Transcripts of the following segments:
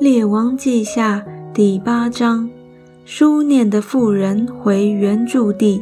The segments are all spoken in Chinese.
列王记下第8章，书念的妇人回原住地。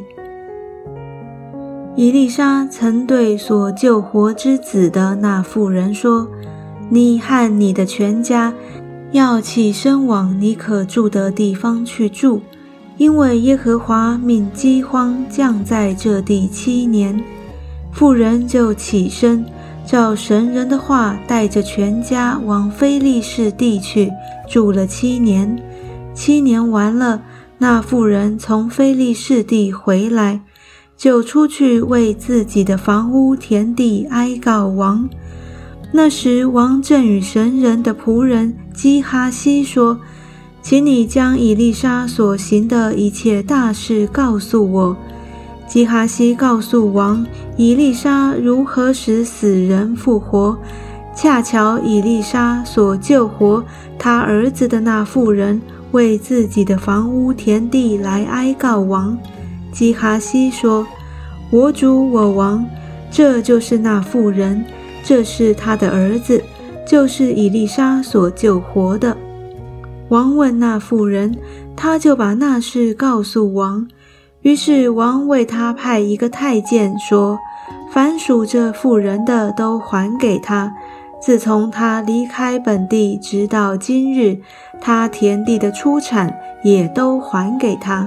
以利沙曾对所救活之子的那妇人说：你和你的全家要起身往你可住的地方去住，因为耶和华命饥荒降在这地7年。妇人就起身，照神人的话，带着全家往非利士地去，住了7年。7年完了，那妇人从非利士地回来，就出去为自己的房屋田地哀告王。那时王正与神人的仆人基哈西说：请你将以利沙所行的一切大事告诉我。基哈西告诉王，以利沙如何使死人复活。恰巧以利沙所救活他儿子的那妇人，为自己的房屋田地来哀告王。基哈西说：我主我王，这就是那妇人，这是他的儿子，就是以利沙所救活的。王问那妇人，他就把那事告诉王。于是王为他派一个太监，说：凡属这妇人的都还给他。自从他离开本地直到今日，他田地的出产也都还给他。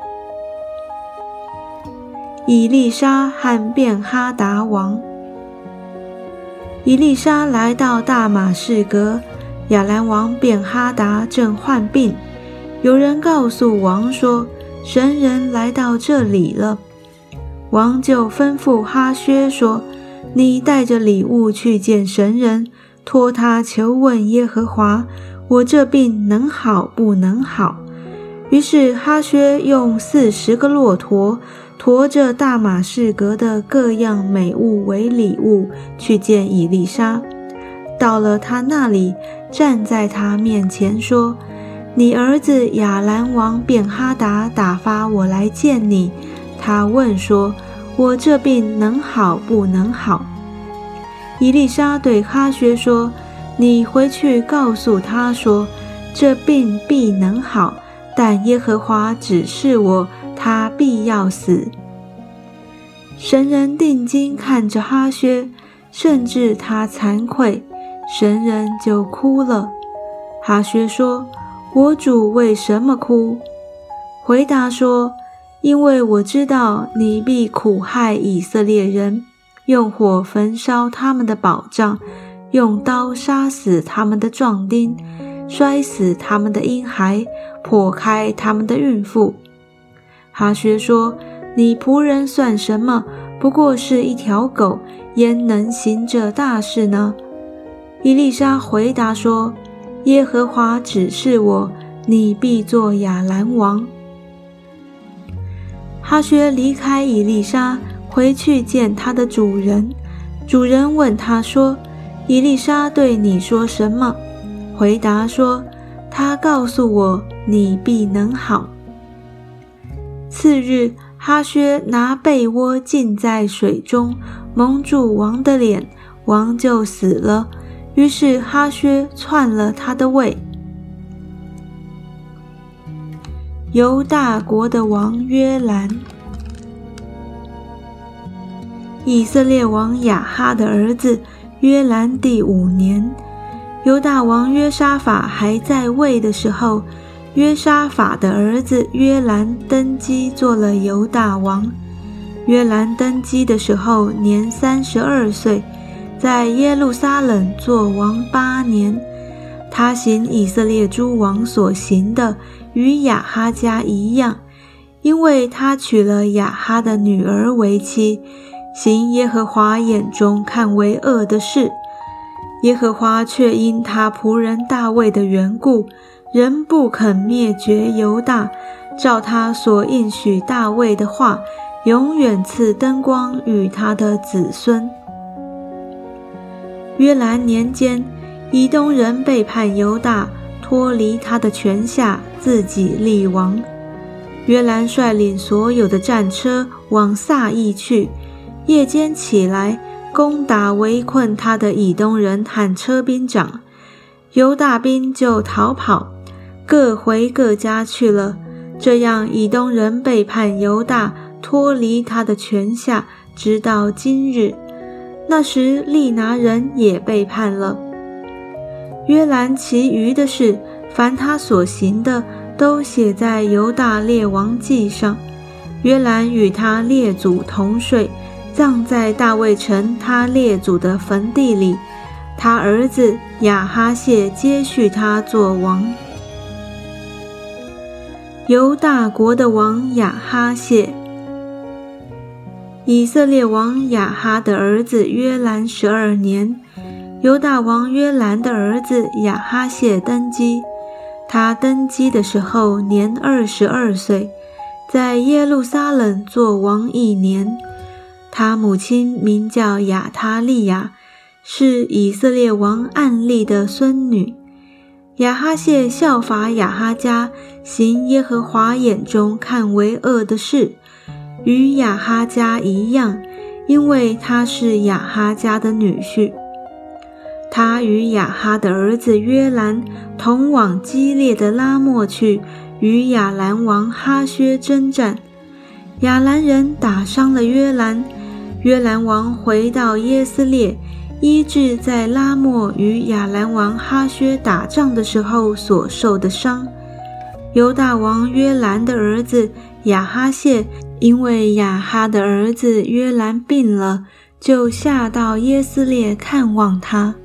以利沙和便哈达王。以利沙来到大马士革，亚兰王便哈达正患病。有人告诉王说：神人来到这里了。王就吩咐哈薛说：你带着礼物去见神人，托他求问耶和华，我这病能好不能好？于是哈薛用40个骆驼，驮着大马士革的各样美物为礼物，去见以利沙。到了他那里，站在他面前说：你儿子亚兰王便哈达打发我来见你。他问说：我这病能好不能好？以利沙对哈薛说：你回去告诉他说，这病必能好，但耶和华指示我，他必要死。神人定睛看着哈薛，甚至他惭愧，神人就哭了。哈薛说：我主为什么哭？回答说：因为我知道你必苦害以色列人，用火焚烧他们的保障，用刀杀死他们的壮丁，摔死他们的婴孩，剖开他们的孕妇。哈薛说：你仆人算什么？不过是一条狗，焉能行这大事呢？以利沙回答说：耶和华指示我，你必做亚兰王。哈薛离开以利沙，回去见他的主人。主人问他说：以利沙对你说什么？回答说：他告诉我，你必能好。次日，哈薛拿被窝浸在水中，蒙住王的脸，王就死了。于是哈薛篡了他的位。犹大国的王约兰。以色列王亚哈的儿子约兰第5年，犹大王约沙法还在位的时候，约沙法的儿子约兰登基做了犹大王。约兰登基的时候年32岁，在耶路撒冷做王8年。他行以色列诸王所行的，与亚哈家一样，因为他娶了亚哈的女儿为妻，行耶和华眼中看为恶的事。耶和华却因他仆人大卫的缘故，仍不肯灭绝犹大，照他所应许大卫的话，永远赐灯光与他的子孙。约兰年间，以东人背叛犹大，脱离他的权下，自己立王。约兰率领所有的战车往撒意去，夜间起来攻打围困他的以东人和车兵长。 犹大兵就逃跑，各回各家去了。这样以东人背叛犹大，脱离他的权下，直到今日。那时利拿人也背叛了。约兰其余的事，凡他所行的，都写在犹大列王记上。约兰与他列祖同睡，葬在大卫城他列祖的坟地里。他儿子亚哈谢接续他做王。犹大国的王亚哈谢。以色列王亚哈的儿子约兰12年，犹大王约兰的儿子亚哈谢登基。他登基的时候年22岁，在耶路撒冷做王1年。他母亲名叫亚他利亚，是以色列王暗利的孙女。亚哈谢效法亚哈家，行耶和华眼中看为恶的事，与亚哈家一样，因为他是亚哈家的女婿。他与亚哈的儿子约兰同往基列的拉末去，与亚兰王哈薛征战。亚兰人打伤了约兰，约兰王回到耶斯列，医治在拉末与亚兰王哈薛打仗的时候所受的伤。犹大王约兰的儿子亚哈谢，因为亚哈的儿子约兰病了，就下到耶斯列看望他。